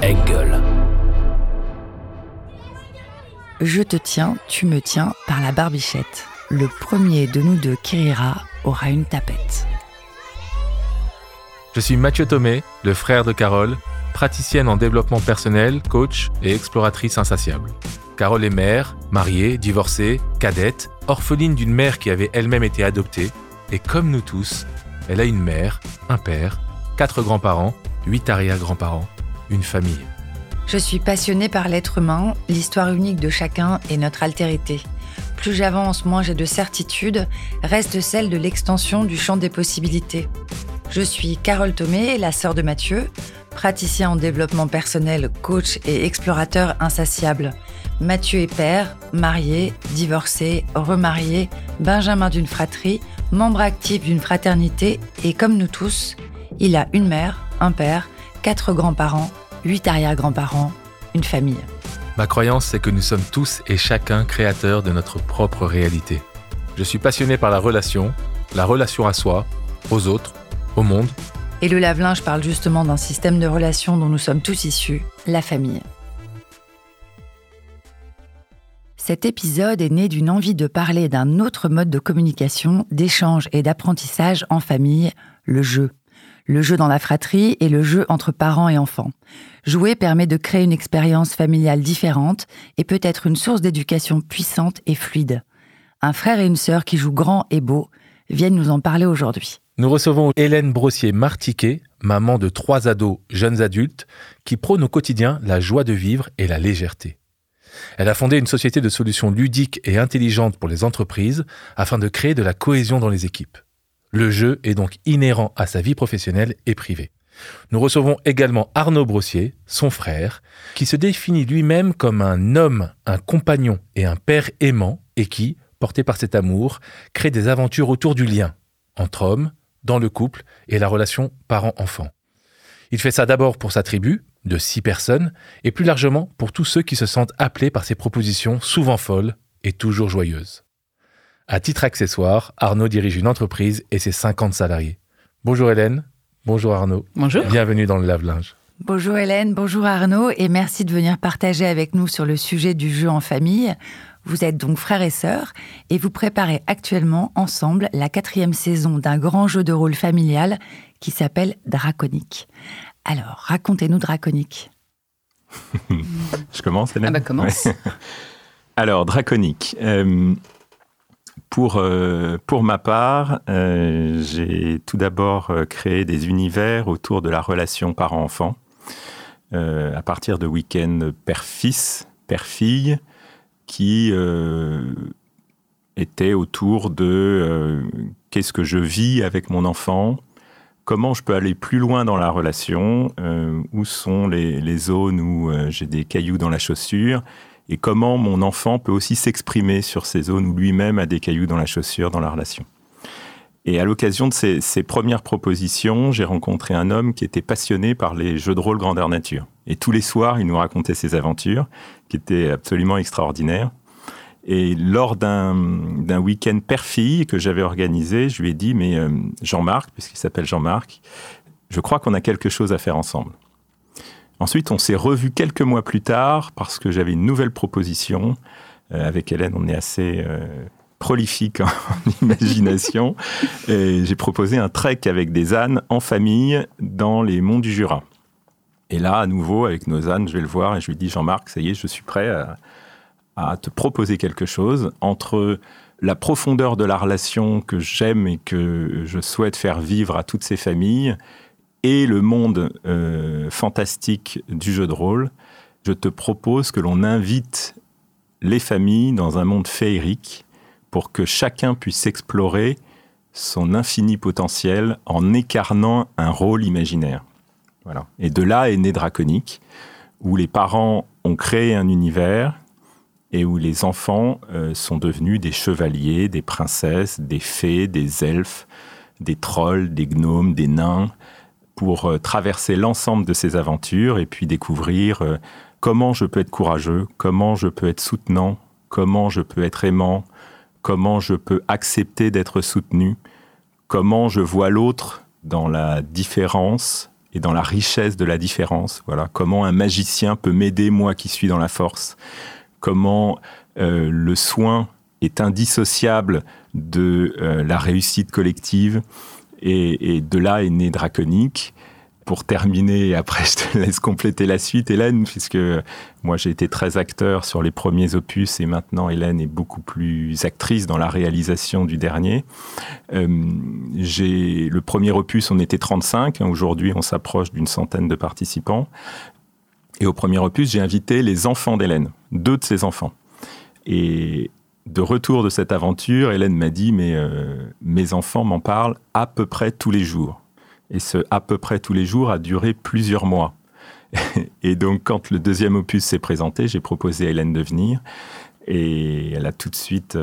Engel. Je te tiens, tu me tiens par la barbichette. Le premier de nous deux qui rira aura une tapette. Je suis Mathieu Thomé, le frère de Carole, praticienne en développement personnel, coach et exploratrice insatiable. Carole est mère, mariée, divorcée, cadette, orpheline d'une mère qui avait elle-même été adoptée. Et comme nous tous, elle a une mère, un père, 4 grands-parents, 8 arrière-grands-parents, une famille. Je suis passionnée par l'être humain, l'histoire unique de chacun et notre altérité. Plus j'avance, moins j'ai de certitudes, reste celle de l'extension du champ des possibilités. Je suis Carole Thomé, la sœur de Mathieu, praticien en développement personnel, coach et explorateur insatiable. Mathieu est père, marié, divorcé, remarié, benjamin d'une fratrie, membre actif d'une fraternité et comme nous tous, il a une mère, un père, 4 grands-parents, 8 arrière-grands-parents, une famille. Ma croyance, c'est que nous sommes tous et chacun créateurs de notre propre réalité. Je suis passionné par la relation à soi, aux autres, au monde. Et le lave-linge parle justement d'un système de relations dont nous sommes tous issus, la famille. Cet épisode est né d'une envie de parler d'un autre mode de communication, d'échange et d'apprentissage en famille, le jeu. Le jeu dans la fratrie et le jeu entre parents et enfants. Jouer permet de créer une expérience familiale différente et peut être une source d'éducation puissante et fluide. Un frère et une sœur qui jouent grand et beau viennent nous en parler aujourd'hui. Nous recevons Hélène Brossier-Martiquet, maman de 3 ados jeunes adultes, qui prône au quotidien la joie de vivre et la légèreté. Elle a fondé une société de solutions ludiques et intelligentes pour les entreprises afin de créer de la cohésion dans les équipes. Le jeu est donc inhérent à sa vie professionnelle et privée. Nous recevons également Arnaud Brossier, son frère, qui se définit lui-même comme un homme, un compagnon et un père aimant et qui, porté par cet amour, crée des aventures autour du lien, entre hommes, dans le couple et la relation parent-enfant. Il fait ça d'abord pour sa tribu, de 6 personnes, et plus largement pour tous ceux qui se sentent appelés par ses propositions souvent folles et toujours joyeuses. À titre accessoire, Arnaud dirige une entreprise et ses 50 salariés. Bonjour Hélène, bonjour Arnaud. Bonjour. Bienvenue dans le lave-linge. Bonjour Hélène, bonjour Arnaud et merci de venir partager avec nous sur le sujet du jeu en famille. Vous êtes donc frères et sœurs et vous préparez actuellement ensemble la 4e saison d'un grand jeu de rôle familial qui s'appelle Draconic. Alors, racontez-nous Draconic. Je commence, Hélène ? Commence. Ouais. Alors, Draconic. Pour ma part, j'ai tout d'abord créé des univers autour de la relation parent-enfant, à partir de week-ends père-fils, père-fille, qui étaient autour de qu'est-ce que je vis avec mon enfant, comment je peux aller plus loin dans la relation, où sont les zones où j'ai des cailloux dans la chaussure, et comment mon enfant peut aussi s'exprimer sur ces zones où lui-même a des cailloux dans la chaussure dans la relation. Et à l'occasion de ces premières propositions, j'ai rencontré un homme qui était passionné par les jeux de rôle grandeur nature. Et tous les soirs, il nous racontait ses aventures, qui étaient absolument extraordinaires. Et lors d'un week-end père-fille que j'avais organisé, je lui ai dit, mais Jean-Marc, puisqu'il s'appelle Jean-Marc, je crois qu'on a quelque chose à faire ensemble. Ensuite, on s'est revus quelques mois plus tard parce que j'avais une nouvelle proposition. Avec Hélène, on est assez prolifique en imagination. Et j'ai proposé un trek avec des ânes en famille dans les monts du Jura. Et là, à nouveau, avec nos ânes, je vais le voir et je lui dis, Jean-Marc, ça y est, je suis prêt à te proposer quelque chose entre la profondeur de la relation que j'aime et que je souhaite faire vivre à toutes ces familles et le monde fantastique du jeu de rôle. Je te propose que l'on invite les familles dans un monde féerique pour que chacun puisse explorer son infini potentiel en incarnant un rôle imaginaire. Voilà. Et de là est né Draconic, où les parents ont créé un univers et où les enfants sont devenus des chevaliers, des princesses, des fées, des elfes, des trolls, des gnomes, des nains, pour traverser l'ensemble de ces aventures et puis découvrir comment je peux être courageux, comment je peux être soutenant, comment je peux être aimant, comment je peux accepter d'être soutenu, comment je vois l'autre dans la différence et dans la richesse de la différence. Voilà, comment un magicien peut m'aider, moi qui suis dans la force. Comment le soin est indissociable de la réussite collective. Et de là est né Draconique. Pour terminer, et après je te laisse compléter la suite, Hélène, puisque moi j'ai été très acteur sur les premiers opus et maintenant Hélène est beaucoup plus actrice dans la réalisation du dernier. Le premier opus, on était 35, aujourd'hui on s'approche d'une centaine de participants. Et au premier opus, j'ai invité les enfants d'Hélène, 2 de ses enfants. Et de retour de cette aventure, Hélène m'a dit, mais mes enfants m'en parlent à peu près tous les jours. Et ce à peu près tous les jours a duré plusieurs mois. Et donc, quand le deuxième opus s'est présenté, j'ai proposé à Hélène de venir. Et elle a tout de suite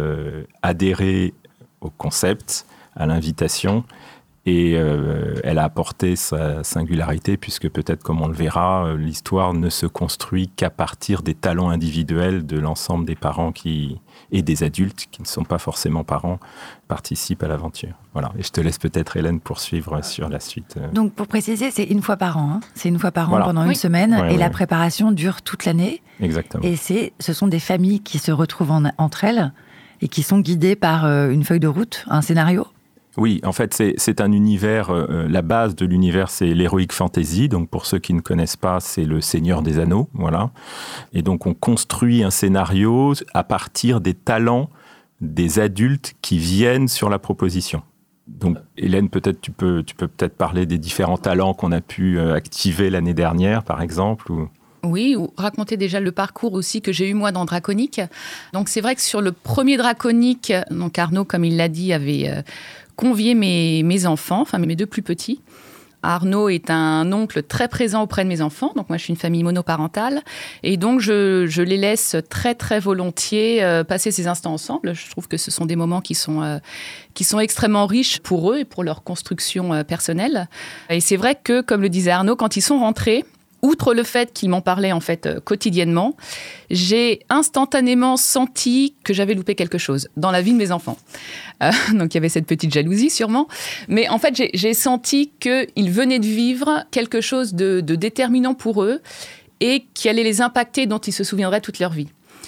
adhéré au concept, à l'invitation. Et elle a apporté sa singularité, puisque peut-être, comme on le verra, l'histoire ne se construit qu'à partir des talents individuels de l'ensemble des parents et des adultes qui ne sont pas forcément parents, participent à l'aventure. Voilà. Et je te laisse peut-être, Hélène, poursuivre sur la suite. Donc, pour préciser, c'est une fois par an. Hein. C'est une fois par an voilà. pendant une semaine. Et la préparation dure toute l'année. Exactement. Et ce sont des familles qui se retrouvent entre elles et qui sont guidées par une feuille de route, un scénario. Oui, en fait, c'est un univers, la base de l'univers, c'est l'heroic fantasy. Donc, pour ceux qui ne connaissent pas, c'est le Seigneur des Anneaux, voilà. Et donc, on construit un scénario à partir des talents des adultes qui viennent sur la proposition. Donc, Hélène, peut-être tu peux peut-être parler des différents talents qu'on a pu activer l'année dernière, par exemple, ou... Oui, ou raconter déjà le parcours aussi que j'ai eu moi dans Draconique. Donc, c'est vrai que sur le premier Draconique, donc Arnaud, comme il l'a dit, avait convié mes enfants, enfin mes 2 plus petits. Arnaud est un oncle très présent auprès de mes enfants. Donc moi, je suis une famille monoparentale. Et donc, je les laisse très, très volontiers passer ces instants ensemble. Je trouve que ce sont des moments qui sont extrêmement riches pour eux et pour leur construction personnelle. Et c'est vrai que, comme le disait Arnaud, quand ils sont rentrés, outre le fait qu'ils m'en parlaient en fait quotidiennement, j'ai instantanément senti que j'avais loupé quelque chose dans la vie de mes enfants. Donc il y avait cette petite jalousie sûrement, mais en fait j'ai senti qu'ils venaient de vivre quelque chose de déterminant pour eux et qui allait les impacter, dont ils se souviendraient toute leur vie.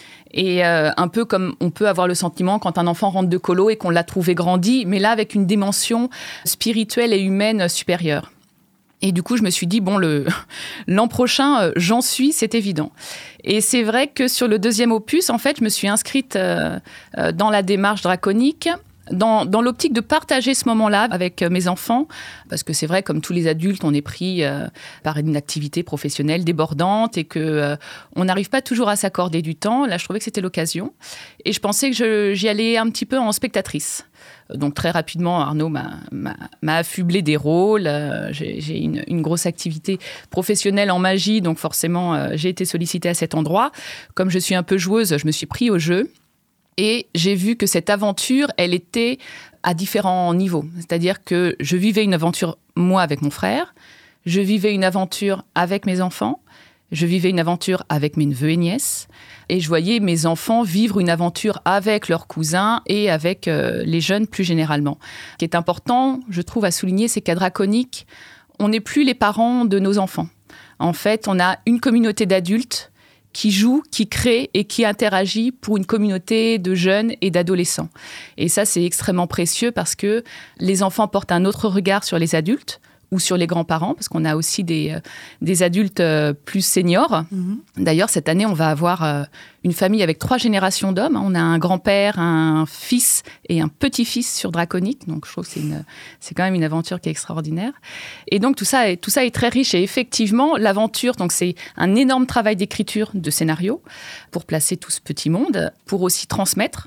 Et un peu comme on peut avoir le sentiment quand un enfant rentre de colo et qu'on l'a trouvé grandi, mais là avec une dimension spirituelle et humaine supérieure. Et du coup, je me suis dit, bon, l'an prochain, j'en suis, c'est évident. Et c'est vrai que sur le deuxième opus, en fait, je me suis inscrite dans la démarche draconique, dans l'optique de partager ce moment-là avec mes enfants, parce que c'est vrai, comme tous les adultes, on est pris par une activité professionnelle débordante et qu'on n'arrive pas toujours à s'accorder du temps. Là, je trouvais que c'était l'occasion. Et je pensais que j'y allais un petit peu en spectatrice. Donc très rapidement, Arnaud m'a affublé des rôles. J'ai une grosse activité professionnelle en magie, donc forcément, j'ai été sollicitée à cet endroit. Comme je suis un peu joueuse, je me suis pris au jeu. Et j'ai vu que cette aventure, elle était à différents niveaux. C'est-à-dire que je vivais une aventure, moi, avec mon frère. Je vivais une aventure avec mes enfants. Je vivais une aventure avec mes neveux et nièces. Et je voyais mes enfants vivre une aventure avec leurs cousins et avec les jeunes plus généralement. Ce qui est important, je trouve, à souligner, c'est qu'à Draconique, on n'est plus les parents de nos enfants. En fait, on a une communauté d'adultes qui joue, qui crée et qui interagit pour une communauté de jeunes et d'adolescents. Et ça, c'est extrêmement précieux parce que les enfants portent un autre regard sur les adultes ou sur les grands-parents, parce qu'on a aussi des adultes plus seniors. Mmh. D'ailleurs, cette année, on va avoir une famille avec 3 générations d'hommes. On a un grand-père, un fils et un petit-fils sur Draconique. Donc, je trouve que c'est quand même une aventure qui est extraordinaire. Et donc, tout ça est très riche. Et effectivement, l'aventure, donc c'est un énorme travail d'écriture de scénario pour placer tout ce petit monde, pour aussi transmettre.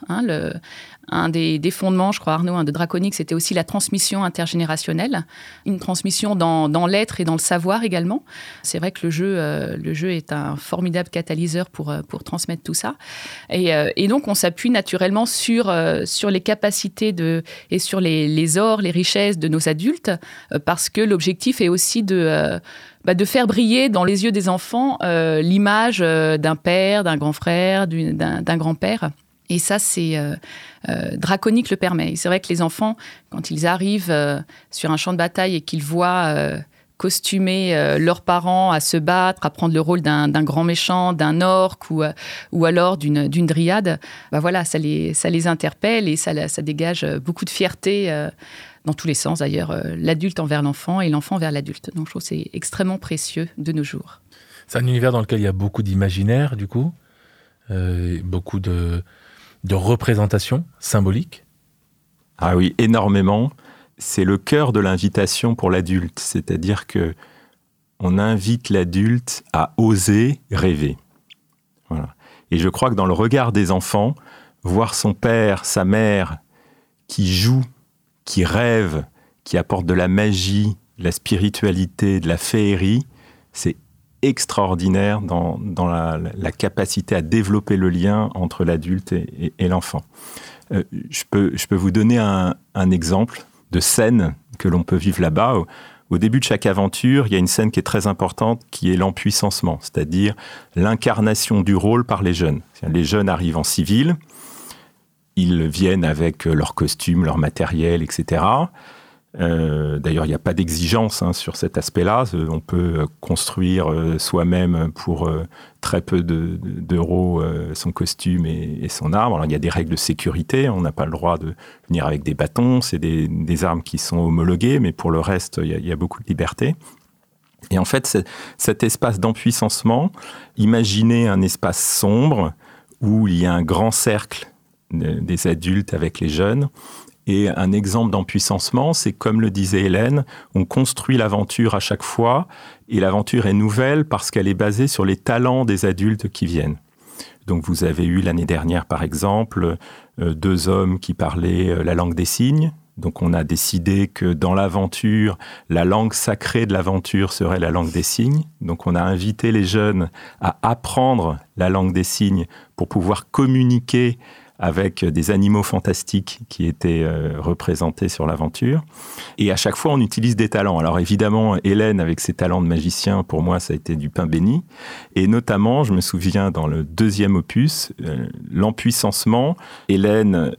Un des fondements, je crois, Arnaud, de Draconique, c'était aussi la transmission intergénérationnelle. Une transmission dans l'être et dans le savoir également. C'est vrai que le jeu est un formidable catalyseur pour transmettre tout ça. Et donc, on s'appuie naturellement sur les capacités et sur les ors, les richesses de nos adultes, parce que l'objectif est aussi de faire briller dans les yeux des enfants l'image d'un père, d'un grand frère, d'un grand-père. Et ça, Draconique le permet. Et c'est vrai que les enfants, quand ils arrivent sur un champ de bataille et qu'ils voient costumer leurs parents à se battre, à prendre le rôle d'un grand méchant, d'un orque ou alors d'une dryade, voilà, ça les interpelle et ça dégage beaucoup de fierté dans tous les sens d'ailleurs, l'adulte envers l'enfant et l'enfant vers l'adulte. Donc je trouve que c'est extrêmement précieux de nos jours. C'est un univers dans lequel il y a beaucoup d'imaginaire, du coup, beaucoup de représentations symboliques. Ah oui, énormément. C'est le cœur de l'invitation pour l'adulte, c'est-à-dire que on invite l'adulte à oser rêver. Voilà. Et je crois que dans le regard des enfants, voir son père, sa mère, qui jouent, qui rêvent, qui apportent de la magie, de la spiritualité, de la féerie, c'est extraordinaire dans la capacité à développer le lien entre l'adulte et l'enfant. Je peux vous donner un exemple de scène que l'on peut vivre là-bas. Au début de chaque aventure, il y a une scène qui est très importante, qui est l'empuissancement, c'est-à-dire l'incarnation du rôle par les jeunes. Les jeunes arrivent en civil, ils viennent avec leur costume, leur matériel, etc. D'ailleurs, il n'y a pas d'exigence sur cet aspect-là. On peut construire soi-même pour très peu d'euros son costume et son arme. Alors, il y a des règles de sécurité. On n'a pas le droit de venir avec des bâtons. C'est des armes qui sont homologuées, mais pour le reste, il y a beaucoup de liberté. Et en fait, cet espace d'empuissancement, imaginez un espace sombre où il y a un grand cercle des adultes avec les jeunes. Et un exemple d'empuissancement, c'est comme le disait Hélène, on construit l'aventure à chaque fois, et l'aventure est nouvelle parce qu'elle est basée sur les talents des adultes qui viennent. Donc vous avez eu l'année dernière, par exemple, 2 hommes qui parlaient la langue des signes. Donc on a décidé que dans l'aventure, la langue sacrée de l'aventure serait la langue des signes. Donc on a invité les jeunes à apprendre la langue des signes pour pouvoir communiquer avec des animaux fantastiques qui étaient représentés sur l'aventure. Et à chaque fois, on utilise des talents. Alors évidemment, Hélène, avec ses talents de magicien, pour moi, ça a été du pain béni. Et notamment, je me souviens, dans le 2e opus, l'empuissancement, Hélène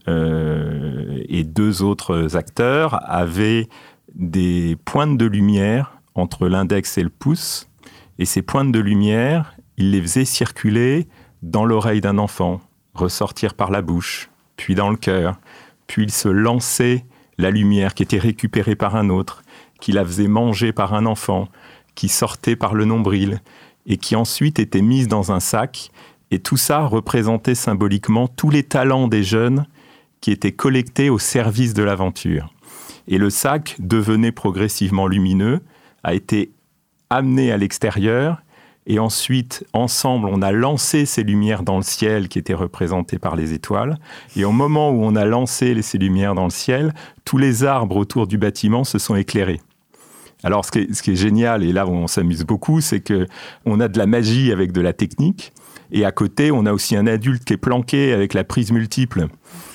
et 2 autres acteurs avaient des pointes de lumière entre l'index et le pouce. Et ces pointes de lumière, ils les faisaient circuler dans l'oreille d'un enfant, ressortir par la bouche, puis dans le cœur, puis il se lançait la lumière qui était récupérée par un autre, qui la faisait manger par un enfant, qui sortait par le nombril, et qui ensuite était mise dans un sac. Et tout ça représentait symboliquement tous les talents des jeunes qui étaient collectés au service de l'aventure. Et le sac devenait progressivement lumineux, a été amené à l'extérieur, et ensuite, ensemble, on a lancé ces lumières dans le ciel qui étaient représentées par les étoiles. Et au moment où on a lancé ces lumières dans le ciel, tous les arbres autour du bâtiment se sont éclairés. Alors, ce qui est génial, et là où on s'amuse beaucoup, c'est qu'on a de la magie avec de la technique. Et à côté, on a aussi un adulte qui est planqué avec la prise multiple.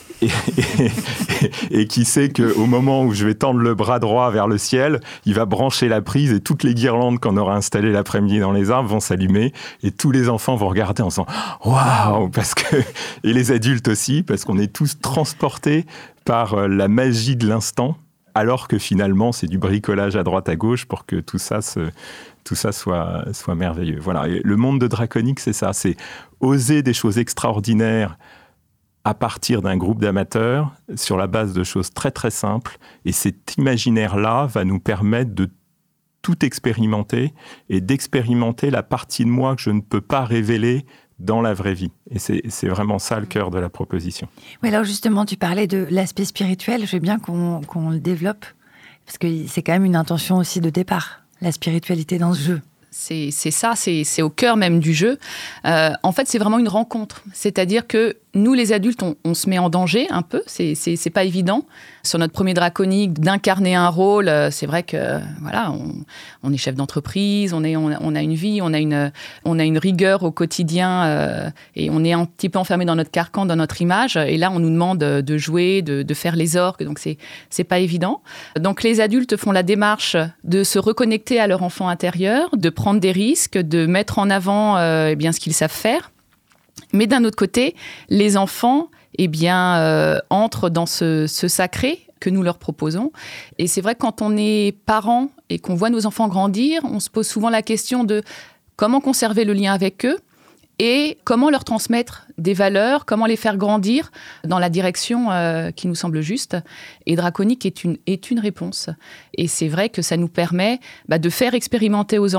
Et qui sait qu'au moment où je vais tendre le bras droit vers le ciel, il va brancher la prise et toutes les guirlandes qu'on aura installées l'après-midi dans les arbres vont s'allumer et tous les enfants vont regarder en disant « Waouh !» et les adultes aussi, parce qu'on est tous transportés par la magie de l'instant, alors que finalement, c'est du bricolage à droite à gauche pour que tout ça soit merveilleux. Voilà. Et le monde de Draconique, c'est ça, c'est oser des choses extraordinaires à partir d'un groupe d'amateurs, sur la base de choses très très simples. Et cet imaginaire-là va nous permettre de tout expérimenter et d'expérimenter la partie de moi que je ne peux pas révéler dans la vraie vie. Et c'est vraiment ça le cœur de la proposition. Oui, alors justement, tu parlais de l'aspect spirituel. Je veux bien qu'on le développe, parce que c'est quand même une intention aussi de départ, la spiritualité dans ce jeu. C'est ça, c'est au cœur même du jeu. En fait, c'est vraiment une rencontre. C'est-à-dire que nous, les adultes, on se met en danger un peu. C'est pas évident. Sur notre premier draconique, d'incarner un rôle, c'est vrai que voilà, on est chef d'entreprise, on a une vie, on a une rigueur au quotidien et on est un petit peu enfermé dans notre carcan, dans notre image. Et là, on nous demande de jouer, de faire les orques. Donc, c'est pas évident. Donc, les adultes font la démarche de se reconnecter à leur enfant intérieur, de prendre des risques, de mettre en avant ce qu'ils savent faire. Mais d'un autre côté, les enfants entrent dans ce sacré que nous leur proposons. Et c'est vrai que quand on est parent et qu'on voit nos enfants grandir, on se pose souvent la question de comment conserver le lien avec eux et comment leur transmettre des valeurs, comment les faire grandir dans la direction qui nous semble juste. Et Draconique est une réponse. Et c'est vrai que ça nous permet de faire expérimenter aux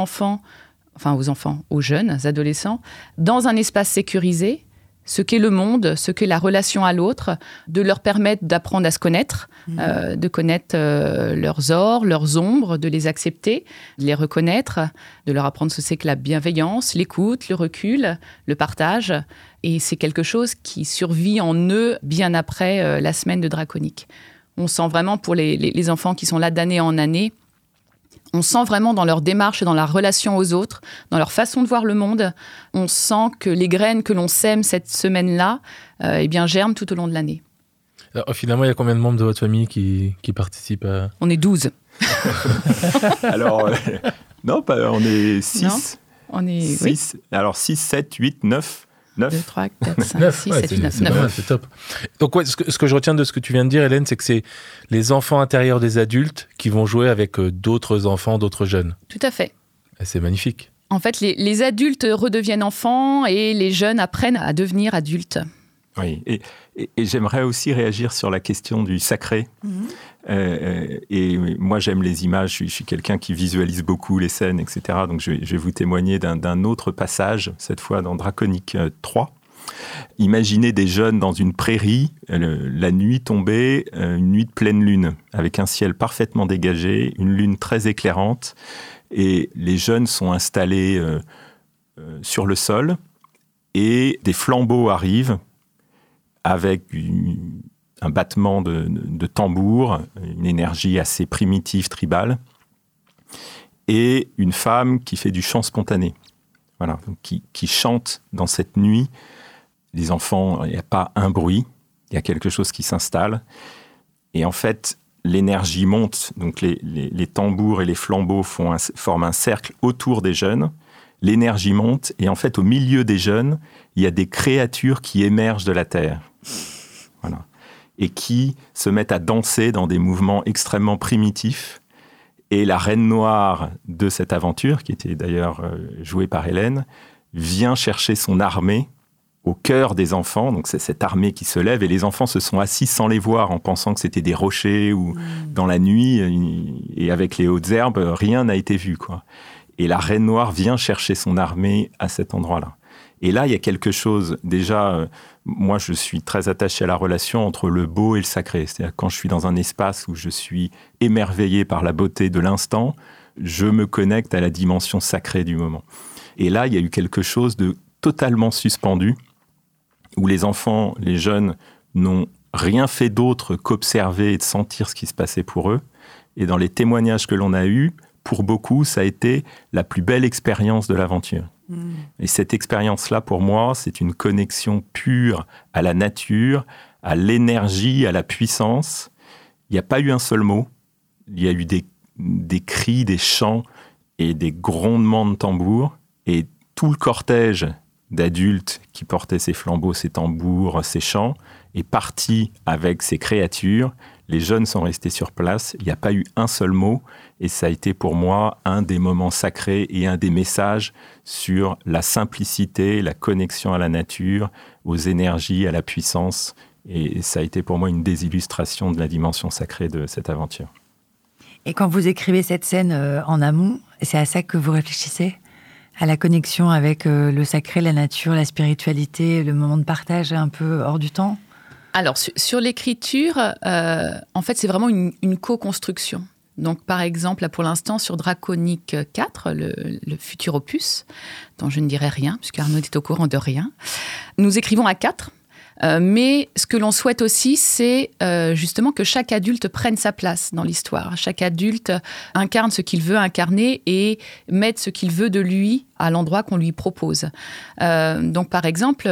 jeunes, adolescents, dans un espace sécurisé, ce qu'est le monde, ce qu'est la relation à l'autre, de leur permettre d'apprendre à se connaître, de connaître leurs ors, leurs ombres, de les accepter, de les reconnaître, de leur apprendre ce que c'est que la bienveillance, l'écoute, le recul, le partage. Et c'est quelque chose qui survit en eux bien après la semaine de Draconique. On sent vraiment pour les enfants qui sont là d'année en année, on sent vraiment dans leur démarche et dans la relation aux autres, dans leur façon de voir le monde, on sent que les graines que l'on sème cette semaine-là germent tout au long de l'année. Alors, finalement, il y a combien de membres de votre famille qui participent à... On est 12. Alors, non, on est 6. Non, on est 6. Oui. Alors 6, 7, 8, 9. 2, 3, 4, 5, 6, 7, 8, 9. C'est top. Donc, ce que je retiens de ce que tu viens de dire, Hélène, c'est que c'est les enfants intérieurs des adultes qui vont jouer avec d'autres enfants, d'autres jeunes. Tout à fait. Et c'est magnifique. En fait, les adultes redeviennent enfants et les jeunes apprennent à devenir adultes. Oui, et j'aimerais aussi réagir sur la question du sacré. Et moi, j'aime les images, je suis quelqu'un qui visualise beaucoup les scènes, etc. Donc, je vais vous témoigner d'un autre passage, cette fois dans Draconique 3. Imaginez des jeunes dans une prairie, la nuit tombée, une nuit de pleine lune, avec un ciel parfaitement dégagé, une lune très éclairante, et les jeunes sont installés sur le sol, et des flambeaux arrivent, avec un battement de tambour, une énergie assez primitive, tribale, et une femme qui fait du chant spontané, voilà, donc qui chante dans cette nuit. Les enfants, il n'y a pas un bruit, il y a quelque chose qui s'installe, et en fait, l'énergie monte, donc les tambours et les flambeaux forment un cercle autour des jeunes, l'énergie monte, et en fait, au milieu des jeunes, il y a des créatures qui émergent de la terre. Voilà. Et qui se mettent à danser dans des mouvements extrêmement primitifs. Et la reine noire de cette aventure, qui était d'ailleurs jouée par Hélène, vient chercher son armée au cœur des enfants. Donc c'est cette armée qui se lève, et les enfants se sont assis sans les voir, en pensant que c'était des rochers ou dans la nuit, et avec les hautes herbes, rien n'a été vu, quoi. Et la reine noire vient chercher son armée à cet endroit-là. Et là, il y a quelque chose, déjà, moi je suis très attaché à la relation entre le beau et le sacré. C'est-à-dire quand je suis dans un espace où je suis émerveillé par la beauté de l'instant, je me connecte à la dimension sacrée du moment. Et là, il y a eu quelque chose de totalement suspendu, où les enfants, les jeunes, n'ont rien fait d'autre qu'observer et de sentir ce qui se passait pour eux. Et dans les témoignages que l'on a eus, pour beaucoup, ça a été la plus belle expérience de l'aventure. Et cette expérience-là, pour moi, c'est une connexion pure à la nature, à l'énergie, à la puissance. Il n'y a pas eu un seul mot. Il y a eu des cris, des chants et des grondements de tambours. Et tout le cortège d'adultes qui portaient ces flambeaux, ces tambours, ces chants, est parti avec ces créatures. Les jeunes sont restés sur place. Il n'y a pas eu un seul mot. Et ça a été pour moi un des moments sacrés et un des messages sur la simplicité, la connexion à la nature, aux énergies, à la puissance. Et ça a été pour moi une des illustrations de la dimension sacrée de cette aventure. Et quand vous écrivez cette scène en amont, c'est à ça que vous réfléchissez ? À la connexion avec le sacré, la nature, la spiritualité, le moment de partage un peu hors du temps ? Alors, sur l'écriture, en fait, c'est vraiment une co-construction. Donc, par exemple, là, pour l'instant, sur Draconique 4, le futur opus, dont je ne dirai rien, puisque Arnaud est au courant de rien, nous écrivons à 4. Mais ce que l'on souhaite aussi, c'est justement que chaque adulte prenne sa place dans l'histoire. Chaque adulte incarne ce qu'il veut incarner et mette ce qu'il veut de lui à l'endroit qu'on lui propose. Donc, par exemple,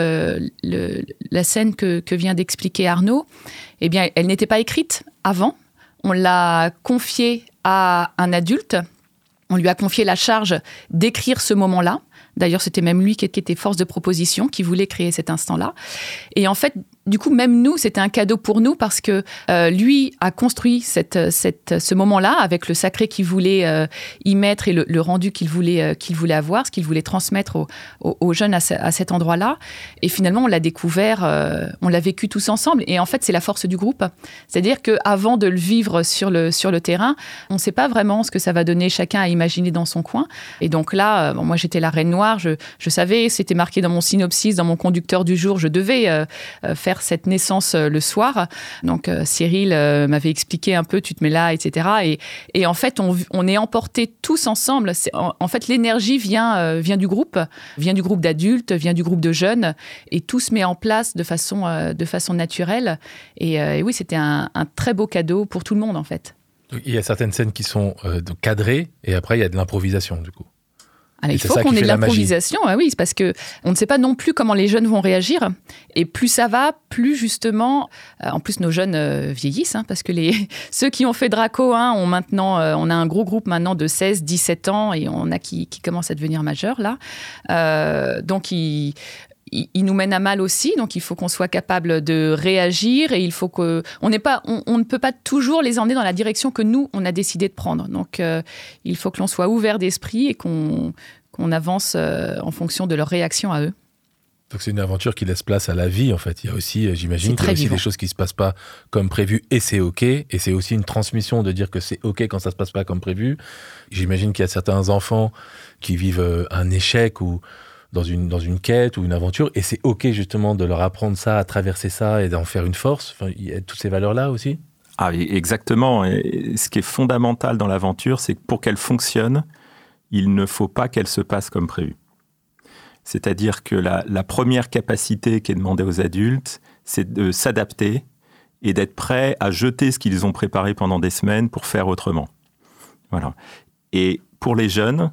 la scène que vient d'expliquer Arnaud, eh bien, elle n'était pas écrite avant. On l'a confiée à un adulte. On lui a confié la charge d'écrire ce moment-là. D'ailleurs, c'était même lui qui était force de proposition, qui voulait créer cet instant-là. Et en fait, Du coup, même nous, c'était un cadeau pour nous parce que lui a construit ce moment-là avec le sacré qu'il voulait y mettre et le rendu qu'il voulait avoir, ce qu'il voulait transmettre aux jeunes à cet endroit-là. Et finalement, on l'a découvert, on l'a vécu tous ensemble. Et en fait, c'est la force du groupe. C'est-à-dire qu'avant de le vivre sur le terrain, on ne sait pas vraiment ce que ça va donner. Chacun à imaginer dans son coin. Et donc là, moi, j'étais la reine noire. Je savais, c'était marqué dans mon synopsis, dans mon conducteur du jour, je devais faire cette naissance le soir. Donc Cyril m'avait expliqué un peu, tu te mets là, etc. Et en fait, on est emportés tous ensemble. En fait, l'énergie vient du groupe d'adultes, vient du groupe de jeunes, et tout se met en place de façon naturelle. Et oui, c'était un très beau cadeau pour tout le monde, en fait. Il y a certaines scènes qui sont cadrées, et après, il y a de l'improvisation, du coup. Alors, il faut qu'on ait de l'improvisation, oui, c'est parce qu'on ne sait pas non plus comment les jeunes vont réagir. Et plus ça va, plus justement... en plus, nos jeunes vieillissent, parce que ceux qui ont fait Draco, on a un gros groupe maintenant de 16, 17 ans, et on a qui commencent à devenir majeurs, là. Donc, ils nous mènent à mal aussi, donc il faut qu'on soit capable de réagir et il faut on ne peut pas toujours les emmener dans la direction que nous, on a décidé de prendre. Donc il faut que l'on soit ouvert d'esprit et qu'on avance en fonction de leur réaction à eux. Donc c'est une aventure qui laisse place à la vie, en fait. Il y a aussi, j'imagine, qu'il y a aussi des choses qui ne se passent pas comme prévu et c'est OK. Et c'est aussi une transmission de dire que c'est OK quand ça ne se passe pas comme prévu. J'imagine qu'il y a certains enfants qui vivent un échec ou dans une quête ou une aventure, et c'est OK justement de leur apprendre ça, à traverser ça et d'en faire une force. Enfin, il y a toutes ces valeurs-là aussi. Ah, exactement. Et ce qui est fondamental dans l'aventure, c'est que pour qu'elle fonctionne, il ne faut pas qu'elle se passe comme prévu. C'est-à-dire que la première capacité qui est demandée aux adultes, c'est de s'adapter et d'être prêt à jeter ce qu'ils ont préparé pendant des semaines pour faire autrement. Voilà. Et pour les jeunes,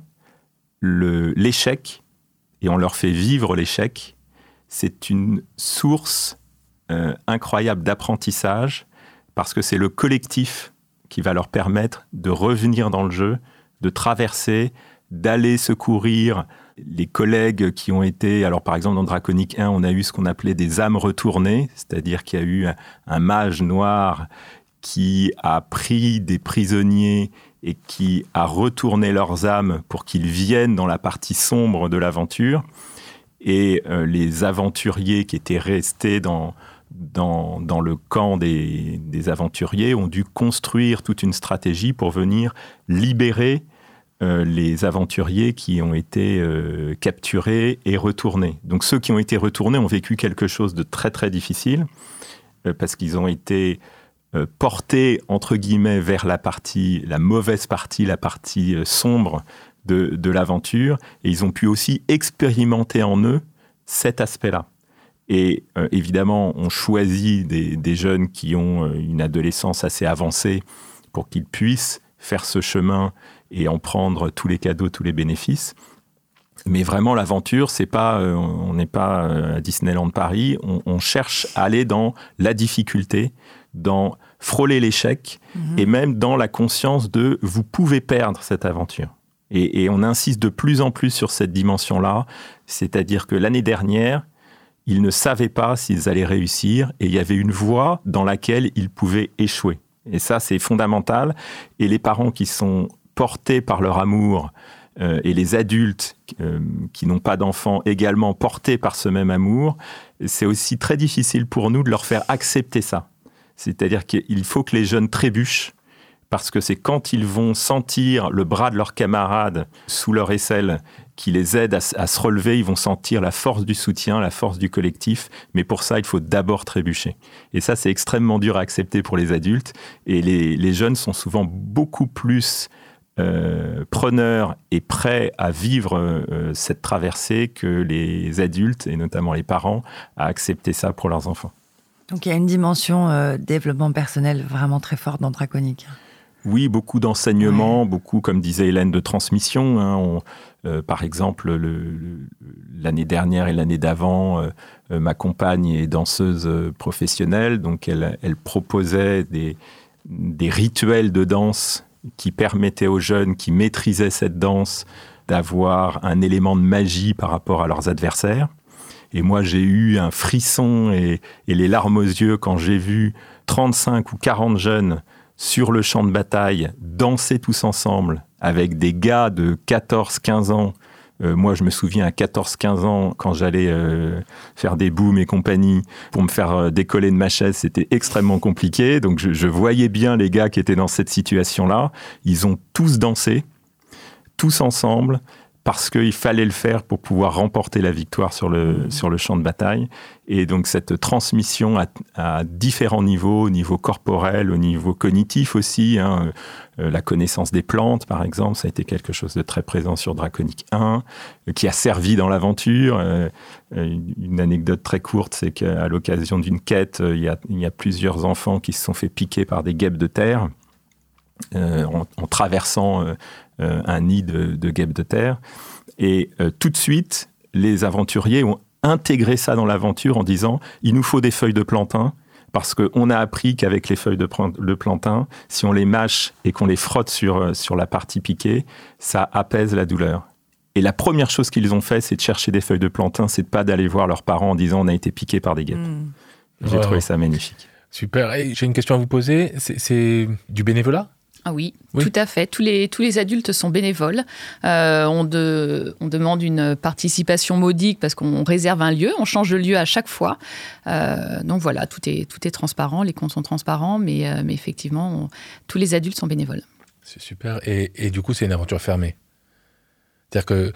l'échec, et on leur fait vivre l'échec, c'est une source incroyable d'apprentissage parce que c'est le collectif qui va leur permettre de revenir dans le jeu, de traverser, d'aller secourir les collègues qui ont été... Alors par exemple dans Draconic 1, on a eu ce qu'on appelait des âmes retournées, c'est-à-dire qu'il y a eu un mage noir qui a pris des prisonniers et qui a retourné leurs âmes pour qu'ils viennent dans la partie sombre de l'aventure. Et les aventuriers qui étaient restés dans le camp des aventuriers ont dû construire toute une stratégie pour venir libérer les aventuriers qui ont été capturés et retournés. Donc ceux qui ont été retournés ont vécu quelque chose de très très difficile parce qu'ils ont été... portés, entre guillemets, vers la mauvaise partie, la partie sombre de l'aventure. Et ils ont pu aussi expérimenter en eux cet aspect-là. Et évidemment, on choisit des jeunes qui ont une adolescence assez avancée pour qu'ils puissent faire ce chemin et en prendre tous les cadeaux, tous les bénéfices. Mais vraiment, l'aventure, on n'est pas à Disneyland Paris. On cherche à aller dans la difficulté, dans frôler l'échec et même dans la conscience de vous pouvez perdre cette aventure. Et on insiste de plus en plus sur cette dimension-là, c'est-à-dire que l'année dernière, ils ne savaient pas s'ils allaient réussir et il y avait une voie dans laquelle ils pouvaient échouer. Et ça, c'est fondamental. Et les parents qui sont portés par leur amour et les adultes qui n'ont pas d'enfants également portés par ce même amour, c'est aussi très difficile pour nous de leur faire accepter ça. C'est-à-dire qu'il faut que les jeunes trébuchent, parce que c'est quand ils vont sentir le bras de leurs camarades sous leur aisselle qui les aide à se relever, ils vont sentir la force du soutien, la force du collectif. Mais pour ça, il faut d'abord trébucher. Et ça, c'est extrêmement dur à accepter pour les adultes. Et les jeunes sont souvent beaucoup plus preneurs et prêts à vivre cette traversée que les adultes, et notamment les parents, à accepter ça pour leurs enfants. Donc il y a une dimension développement personnel vraiment très forte dans Draconic. Oui, beaucoup d'enseignements, beaucoup, comme disait Hélène, de transmission. Par exemple, l'année dernière et l'année d'avant, ma compagne est danseuse professionnelle, donc elle proposait des rituels de danse qui permettaient aux jeunes qui maîtrisaient cette danse d'avoir un élément de magie par rapport à leurs adversaires. Et moi, j'ai eu un frisson et les larmes aux yeux quand j'ai vu 35 ou 40 jeunes sur le champ de bataille danser tous ensemble avec des gars de 14-15 ans. Moi, je me souviens à 14-15 ans, quand j'allais faire des booms et compagnie, pour me faire décoller de ma chaise, c'était extrêmement compliqué. Donc, je voyais bien les gars qui étaient dans cette situation-là. Ils ont tous dansé, tous ensemble, parce qu'il fallait le faire pour pouvoir remporter la victoire sur le champ de bataille. Et donc, cette transmission à différents niveaux, au niveau corporel, au niveau cognitif aussi, hein, la connaissance des plantes, par exemple, ça a été quelque chose de très présent sur Draconic 1, qui a servi dans l'aventure. Une anecdote très courte, c'est qu'à l'occasion d'une quête, il y a plusieurs enfants qui se sont fait piquer par des guêpes de terre en traversant un nid de guêpes de terre. Et tout de suite, les aventuriers ont intégré ça dans l'aventure en disant « il nous faut des feuilles de plantain ». Parce qu'on a appris qu'avec les feuilles de plantain, si on les mâche et qu'on les frotte sur la partie piquée, ça apaise la douleur. Et la première chose qu'ils ont fait, c'est de chercher des feuilles de plantain, c'est de pas d'aller voir leurs parents en disant on a été piqué par des guêpes. J'ai trouvé ça magnifique. Super. Et j'ai une question à vous poser. C'est du bénévolat ? Ah oui, tout à fait. Tous les adultes sont bénévoles. On demande une participation modique parce qu'on réserve un lieu. On change de lieu à chaque fois. Donc voilà, tout est transparent. Les comptes sont transparents. Mais effectivement, tous les adultes sont bénévoles. C'est super. Et du coup, c'est une aventure fermée. C'est-à-dire que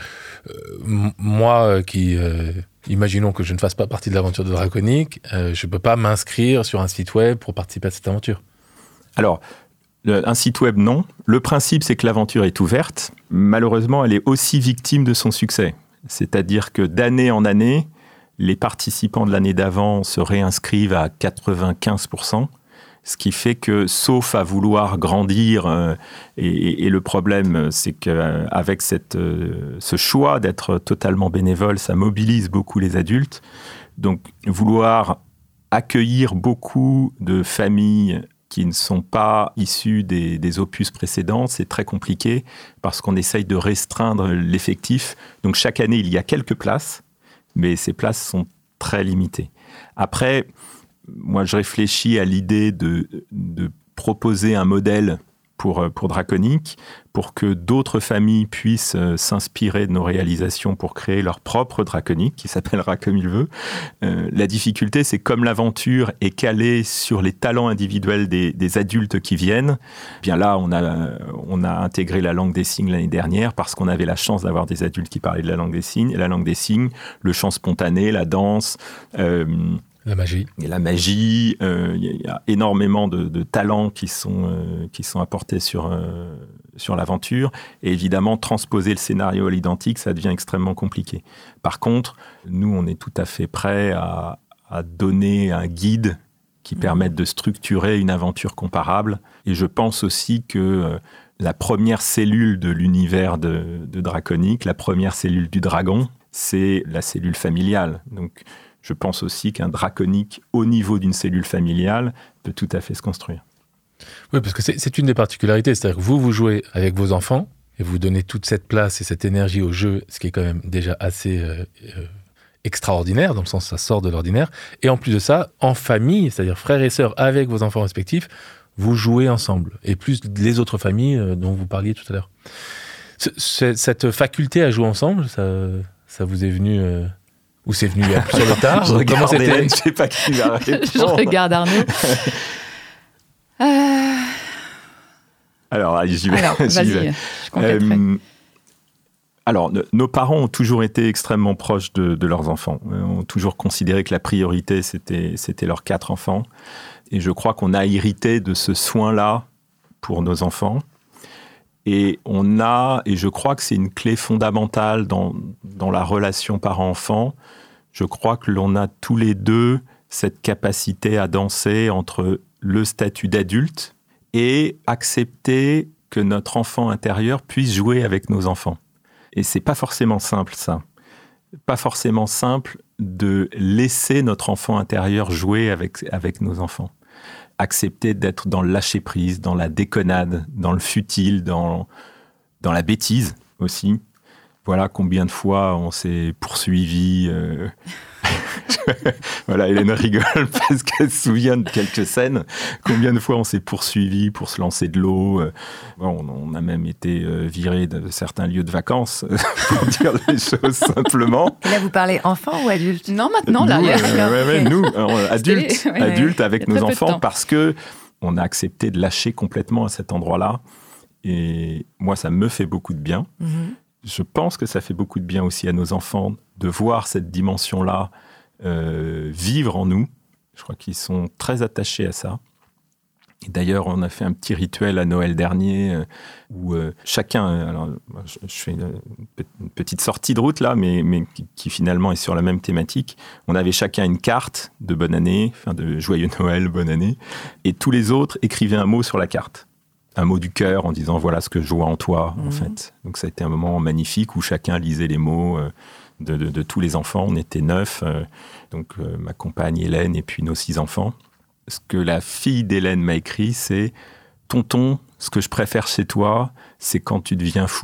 moi, imaginons que je ne fasse pas partie de l'aventure de Draconic, je ne peux pas m'inscrire sur un site web pour participer à cette aventure. Alors, un site web, non. Le principe, c'est que l'aventure est ouverte. Malheureusement, elle est aussi victime de son succès. C'est-à-dire que d'année en année, les participants de l'année d'avant se réinscrivent à 95%, ce qui fait que, sauf à vouloir grandir, et le problème, c'est qu'avec ce choix d'être totalement bénévole, ça mobilise beaucoup les adultes. Donc, vouloir accueillir beaucoup de familles qui ne sont pas issus des opus précédents, c'est très compliqué parce qu'on essaye de restreindre l'effectif. Donc chaque année, il y a quelques places, mais ces places sont très limitées. Après, moi, je réfléchis à l'idée de proposer un modèle pour Draconic, pour que d'autres familles puissent s'inspirer de nos réalisations pour créer leur propre Draconic, qui s'appellera comme il veut. La difficulté, c'est comme l'aventure est calée sur les talents individuels des adultes qui viennent, bien là, on a intégré la langue des signes l'année dernière parce qu'on avait la chance d'avoir des adultes qui parlaient de la langue des signes. Et la langue des signes, le chant spontané, la danse... La magie. Et la magie, il y a énormément de talents qui sont apportés sur l'aventure. Et évidemment, transposer le scénario à l'identique, ça devient extrêmement compliqué. Par contre, nous, on est tout à fait prêts à donner un guide qui permette de structurer une aventure comparable. Et je pense aussi que la première cellule de l'univers de Draconic, la première cellule du dragon, c'est la cellule familiale. Donc, je pense aussi qu'un Draconic au niveau d'une cellule familiale peut tout à fait se construire. Oui, parce que c'est une des particularités. C'est-à-dire que vous jouez avec vos enfants et vous donnez toute cette place et cette énergie au jeu, ce qui est quand même déjà assez extraordinaire, dans le sens où ça sort de l'ordinaire. Et en plus de ça, en famille, c'est-à-dire frères et sœurs avec vos enfants respectifs, vous jouez ensemble. Et plus les autres familles dont vous parliez tout à l'heure. Cette faculté à jouer ensemble, ça vous est venu... Ou c'est venu sur le tard? Je regarde Hélène, je ne sais pas qui va répondre. Je regarde Arnaud. Alors, allez, j'y vais. Alors, vas-y, je compléterai. Alors, nos parents ont toujours été extrêmement proches de leurs enfants. Ont toujours considéré que la priorité, c'était leurs 4 enfants. Et je crois qu'on a hérité de ce soin-là pour nos enfants. Et je crois que c'est une clé fondamentale dans la relation parent-enfant. Je crois que l'on a tous les deux cette capacité à danser entre le statut d'adulte et accepter que notre enfant intérieur puisse jouer avec nos enfants. Et c'est pas forcément simple, ça. Pas forcément simple de laisser notre enfant intérieur jouer avec nos enfants. Accepter d'être dans le lâcher-prise, dans la déconnade, dans le futile, dans la bêtise aussi. Voilà combien de fois on s'est poursuivi Voilà, Hélène rigole parce qu'elle se souvient de quelques scènes. Combien de fois on s'est poursuivis pour se lancer de l'eau. Bon, on a même été virés de certains lieux de vacances, pour dire les choses simplement. Et là, vous parlez enfant ou adulte? Non, maintenant, là. Nous, adultes avec nos enfants, parce que on a accepté de lâcher complètement à cet endroit-là. Et moi, ça me fait beaucoup de bien. Je pense que ça fait beaucoup de bien aussi à nos enfants de voir cette dimension-là vivre en nous. Je crois qu'ils sont très attachés à ça. Et d'ailleurs, on a fait un petit rituel à Noël dernier où chacun... Alors, je fais une petite sortie de route là, mais qui finalement est sur la même thématique. On avait chacun une carte de bonne année, enfin de joyeux Noël, bonne année. Et tous les autres écrivaient un mot sur la carte. Un mot du cœur en disant « voilà ce que je vois en toi », en fait. Donc ça a été un moment magnifique où chacun lisait les mots de tous les enfants. On était 9, donc ma compagne Hélène et puis nos 6 enfants. Ce que la fille d'Hélène m'a écrit, c'est « Tonton, ce que je préfère chez toi, c'est quand tu deviens fou. »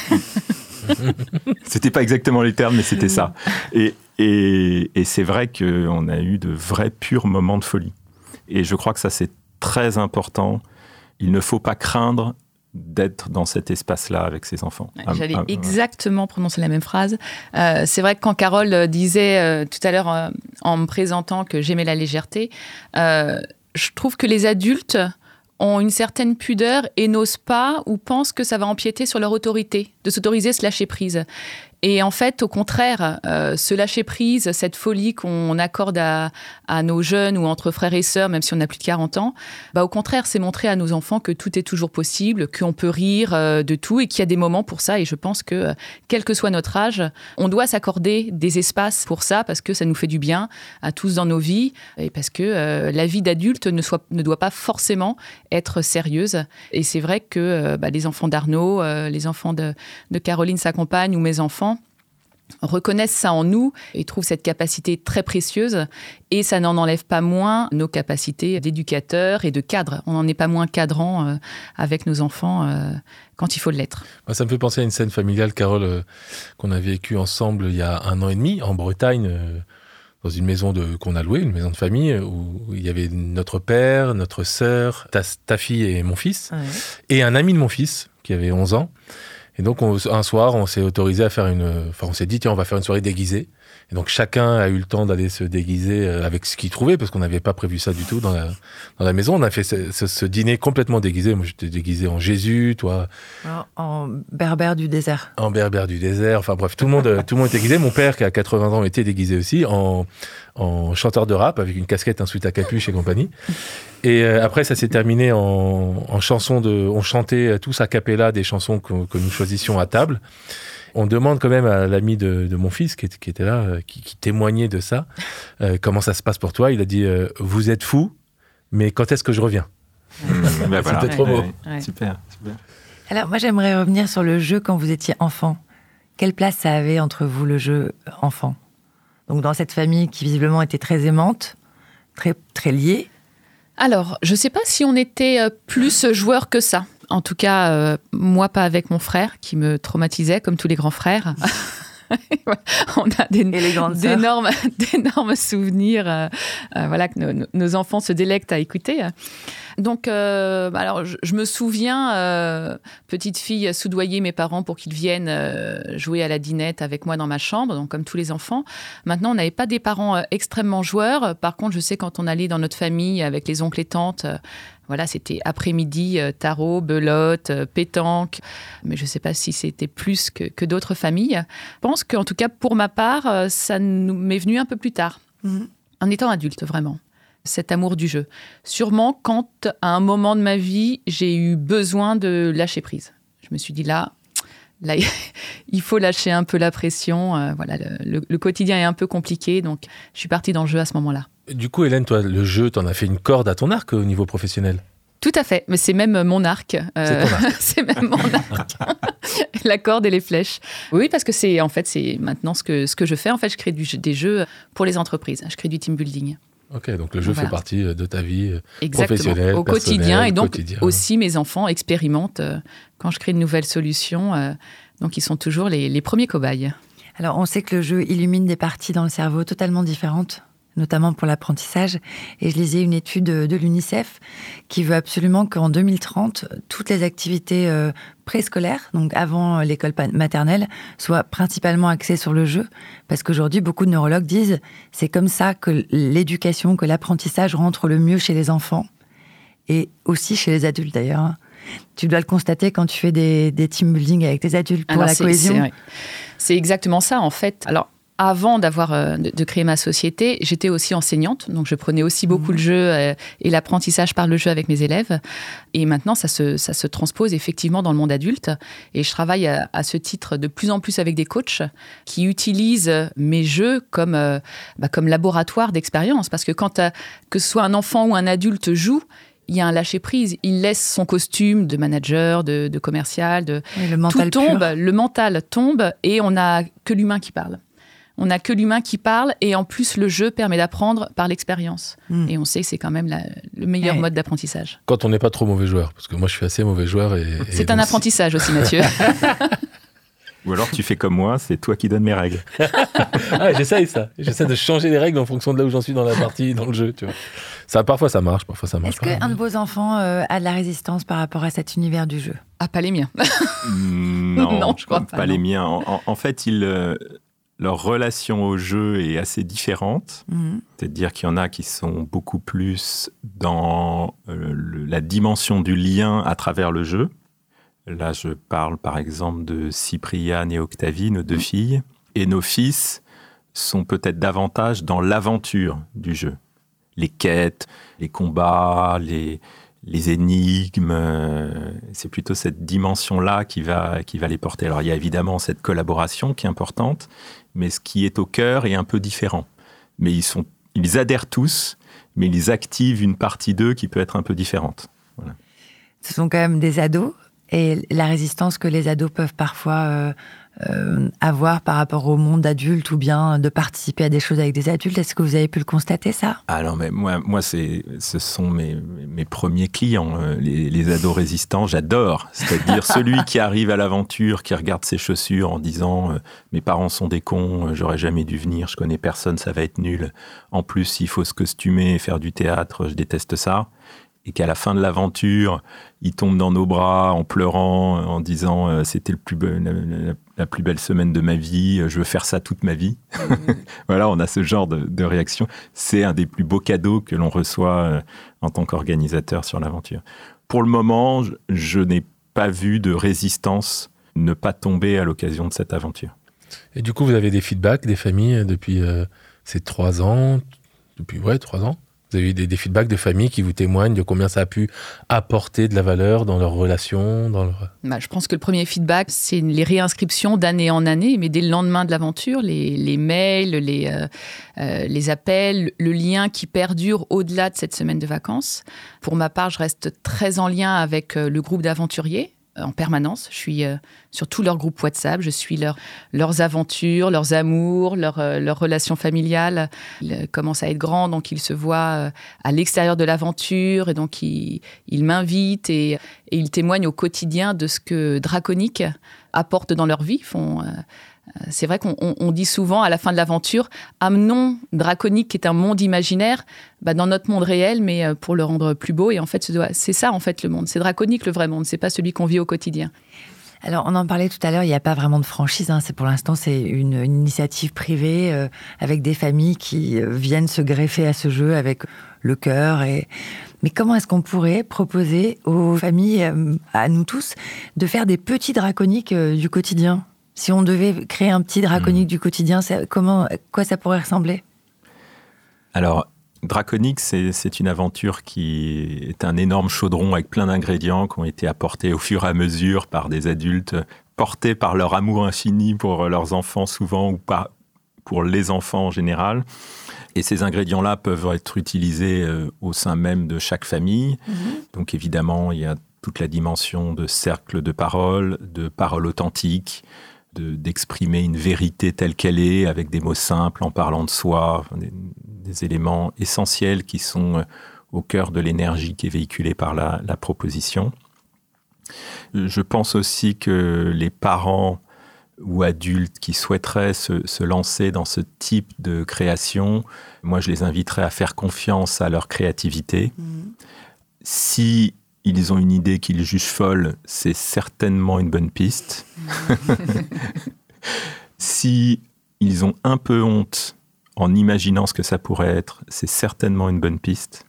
C'était pas exactement les termes, mais c'était ça. Et c'est vrai qu'on a eu de vrais purs moments de folie. Et je crois que ça, c'est très important. Il ne faut pas craindre d'être dans cet espace-là avec ses enfants. J'allais exactement prononcer la même phrase. C'est vrai que quand Carole disait tout à l'heure en me présentant que j'aimais la légèreté, je trouve que les adultes ont une certaine pudeur et n'osent pas ou pensent que ça va empiéter sur leur autorité, de s'autoriser à se lâcher prise. Et en fait, au contraire, ce lâcher-prise, cette folie qu'on accorde à nos jeunes ou entre frères et sœurs, même si on a plus de 40 ans, au contraire, c'est montrer à nos enfants que tout est toujours possible, qu'on peut rire de tout et qu'il y a des moments pour ça. Et je pense que, quel que soit notre âge, on doit s'accorder des espaces pour ça parce que ça nous fait du bien à tous dans nos vies et parce que la vie d'adulte ne doit pas forcément être sérieuse. Et c'est vrai que les enfants d'Arnaud, les enfants de Caroline, sa compagne, ou mes enfants, reconnaissent ça en nous et trouvent cette capacité très précieuse et ça n'en enlève pas moins nos capacités d'éducateurs et de cadres. On n'en est pas moins cadrant avec nos enfants quand il faut l'être. Ça me fait penser à une scène familiale, Carole, qu'on a vécue ensemble il y a 1 an et demi en Bretagne, dans une maison qu'on a louée, une maison de famille, où il y avait notre père, notre sœur, ta fille et mon fils, et un ami de mon fils qui avait 11 ans. Et donc, un soir, on s'est autorisé à faire on s'est dit, tiens, on va faire une soirée déguisée. Et donc, chacun a eu le temps d'aller se déguiser avec ce qu'il trouvait, parce qu'on n'avait pas prévu ça du tout dans la maison. On a fait ce dîner complètement déguisé. Moi, j'étais déguisé en Jésus, toi. En berbère du désert. En berbère du désert. Enfin, bref, tout le monde était déguisé. Mon père, qui a 80 ans, était déguisé aussi en chanteur de rap, avec une casquette, un sweat à capuche et compagnie. Et après, ça s'est terminé en chansons on chantait tous a cappella des chansons que nous choisissions à table. On demande quand même à l'ami de mon fils qui était là, qui témoignait de ça, comment ça se passe pour toi. Il a dit vous êtes fou, mais quand est-ce que je reviens? C'était trop beau. Ouais. Super. Alors moi, j'aimerais revenir sur le jeu quand vous étiez enfant. Quelle place ça avait entre vous, le jeu enfant? Donc dans cette famille qui visiblement était très aimante, très, très liée. Alors, je ne sais pas si on était plus joueurs que ça. En tout cas, moi, pas avec mon frère, qui me traumatisait, comme tous les grands frères. On a d'énormes souvenirs que nos enfants se délectent à écouter. Donc, alors, je me souviens, petite fille, soudoyer mes parents pour qu'ils viennent jouer à la dinette avec moi dans ma chambre, donc comme tous les enfants. Maintenant, on n'avait pas des parents extrêmement joueurs. Par contre, je sais quand on allait dans notre famille avec les oncles et tantes, c'était après-midi, tarot, belote, pétanque. Mais je ne sais pas si c'était plus que d'autres familles. Je pense qu'en tout cas, pour ma part, ça m'est venu un peu plus tard, en étant adulte, vraiment. Cet amour du jeu. Sûrement quand, à un moment de ma vie, j'ai eu besoin de lâcher prise. Je me suis dit là, il faut lâcher un peu la pression. Le quotidien est un peu compliqué, donc je suis partie dans le jeu à ce moment-là. Du coup, Hélène, toi, le jeu, t'en as fait une corde à ton arc au niveau professionnel? Tout à fait, mais c'est même mon arc. C'est ton arc. C'est même mon arc. La corde et les flèches. Oui, parce que c'est maintenant ce que je fais. En fait, je crée des jeux pour les entreprises. Je crée du team building. Ok, donc le jeu fait partie de ta vie Exactement, professionnelle, au quotidien. Et donc quotidien. Aussi, mes enfants expérimentent quand je crée de nouvelles solutions. Donc, ils sont toujours les premiers cobayes. Alors, on sait que le jeu illumine des parties dans le cerveau totalement différentes, notamment pour l'apprentissage. Et je lisais une étude de l'UNICEF qui veut absolument qu'en 2030, toutes les activités préscolaires, donc avant l'école maternelle, soient principalement axées sur le jeu. Parce qu'aujourd'hui, beaucoup de neurologues disent c'est comme ça que l'éducation, que l'apprentissage rentre le mieux chez les enfants. Et aussi chez les adultes d'ailleurs. Tu dois le constater quand tu fais des team building avec tes adultes pour la cohésion. C'est exactement ça en fait. Alors, avant de créer ma société, j'étais aussi enseignante, donc je prenais aussi beaucoup le jeu et l'apprentissage par le jeu avec mes élèves. Et maintenant, ça se transpose effectivement dans le monde adulte. Et je travaille à ce titre de plus en plus avec des coachs qui utilisent mes jeux comme laboratoire d'expérience. Parce que que ce soit un enfant ou un adulte joue, il y a un lâcher-prise. Il laisse son costume de manager, de commercial, le mental tout tombe, pur. le mental tombe et on n'a que l'humain qui parle. On n'a que l'humain qui parle et en plus, le jeu permet d'apprendre par l'expérience. Et on sait que c'est quand même le meilleur mode d'apprentissage. Quand on n'est pas trop mauvais joueur, parce que moi, je suis assez mauvais joueur. C'est un apprentissage aussi, Mathieu. Ou alors tu fais comme moi, c'est toi qui donnes mes règles. J'essaye ça. J'essaie de changer les règles en fonction de là où j'en suis dans la partie, dans le jeu. Tu vois. Parfois ça marche, parfois ça marche pas. Est-ce qu'un de vos enfants a de la résistance par rapport à cet univers du jeu ? Ah, pas les miens. Non, je crois pas. Pas les miens. En fait, leur relation au jeu est assez différente. C'est-à-dire qu'il y en a qui sont beaucoup plus dans la dimension du lien à travers le jeu. Là, je parle par exemple de Cypriane et Octavie, nos deux filles. Et nos fils sont peut-être davantage dans l'aventure du jeu. Les quêtes, les combats, les énigmes. C'est plutôt cette dimension-là qui va les porter. Alors, il y a évidemment cette collaboration qui est importante, mais ce qui est au cœur est un peu différent. Mais ils adhèrent tous, mais ils activent une partie d'eux qui peut être un peu différente. Voilà. Ce sont quand même des ados. Et la résistance que les ados peuvent parfois avoir par rapport au monde adulte ou bien de participer à des choses avec des adultes, est-ce que vous avez pu le constater, ça ? Alors, mais moi ce sont mes premiers clients, les ados résistants, j'adore. C'est-à-dire celui qui arrive à l'aventure, qui regarde ses chaussures en disant « Mes parents sont des cons, j'aurais jamais dû venir, je connais personne, ça va être nul. En plus, il faut se costumer et faire du théâtre, je déteste ça. » Et qu'à la fin de l'aventure, il tombe dans nos bras en pleurant, en disant c'était la plus belle semaine de ma vie, je veux faire ça toute ma vie. Voilà, on a ce genre de réaction. C'est un des plus beaux cadeaux que l'on reçoit en tant qu'organisateur sur l'aventure. Pour le moment, je n'ai pas vu de résistance ne pas tomber à l'occasion de cette aventure. Et du coup, vous avez des feedbacks des familles depuis ces 3 ans, depuis 3 ans. Vous avez eu des feedbacks de familles qui vous témoignent de combien ça a pu apporter de la valeur dans leurs relations, Je pense que le premier feedback, c'est les réinscriptions d'année en année, mais dès le lendemain de l'aventure, les mails, les appels, le lien qui perdure au-delà de cette semaine de vacances. Pour ma part, je reste très en lien avec le groupe d'aventuriers. En permanence. Je suis sur tout leur groupe WhatsApp, je suis leurs aventures, leurs amours, leurs relations familiales. Ils commencent à être grands, donc ils se voient à l'extérieur de l'aventure et donc ils m'invitent et ils témoignent au quotidien de ce que Draconic apporte dans leur vie. C'est vrai qu'on dit souvent à la fin de l'aventure, amenons Draconic, qui est un monde imaginaire, dans notre monde réel, mais pour le rendre plus beau. Et en fait, c'est ça en fait le monde. C'est Draconic le vrai monde, c'est pas celui qu'on vit au quotidien. Alors, on en parlait tout à l'heure, il n'y a pas vraiment de franchise. Pour l'instant, c'est une initiative privée avec des familles qui viennent se greffer à ce jeu avec le cœur. Mais comment est-ce qu'on pourrait proposer aux familles, à nous tous, de faire des petits Draconic du quotidien ? Si on devait créer un petit Draconic du quotidien, quoi ça pourrait ressembler ? Alors, Draconic, c'est une aventure qui est un énorme chaudron avec plein d'ingrédients qui ont été apportés au fur et à mesure par des adultes, portés par leur amour infini pour leurs enfants souvent, ou pas pour les enfants en général. Et ces ingrédients-là peuvent être utilisés au sein même de chaque famille. Donc évidemment, il y a toute la dimension de cercle de parole authentiques, d'exprimer une vérité telle qu'elle est, avec des mots simples, en parlant de soi, des éléments essentiels qui sont au cœur de l'énergie qui est véhiculée par la proposition. Je pense aussi que les parents ou adultes qui souhaiteraient se lancer dans ce type de création, moi je les inviterais à faire confiance à leur créativité. Si ils ont une idée qu'ils jugent folle, c'est certainement une bonne piste. Si ils ont un peu honte en imaginant ce que ça pourrait être, c'est certainement une bonne piste.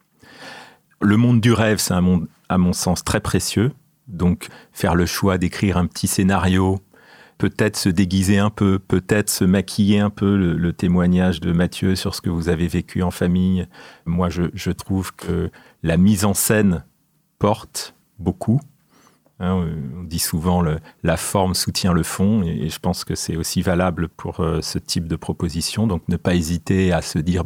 Le monde du rêve, c'est un monde, à mon sens, très précieux. Donc, faire le choix d'écrire un petit scénario, peut-être se déguiser un peu, peut-être se maquiller un peu, le témoignage de Mathieu sur ce que vous avez vécu en famille. Moi, je trouve que la mise en scène porte beaucoup. On dit souvent la forme soutient le fond, et je pense que c'est aussi valable pour ce type de proposition. Donc, ne pas hésiter à se dire,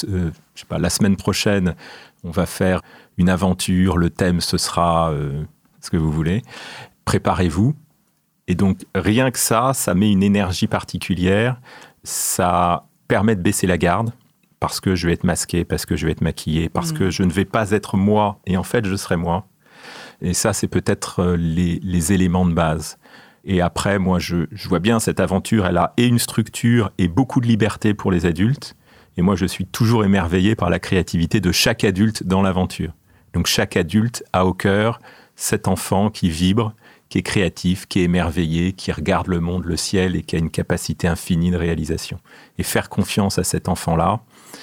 la semaine prochaine, on va faire une aventure, le thème, ce sera ce que vous voulez. Préparez-vous. Et donc, rien que ça met une énergie particulière. Ça permet de baisser la garde, parce que je vais être masqué, parce que je vais être maquillé, parce que je ne vais pas être moi, et en fait, je serai moi. Et ça, c'est peut-être les éléments de base. Et après, moi, je vois bien cette aventure, elle a et une structure et beaucoup de liberté pour les adultes. Et moi, je suis toujours émerveillé par la créativité de chaque adulte dans l'aventure. Donc, chaque adulte a au cœur cet enfant qui vibre, qui est créatif, qui est émerveillé, qui regarde le monde, le ciel et qui a une capacité infinie de réalisation. Et faire confiance à cet enfant-là,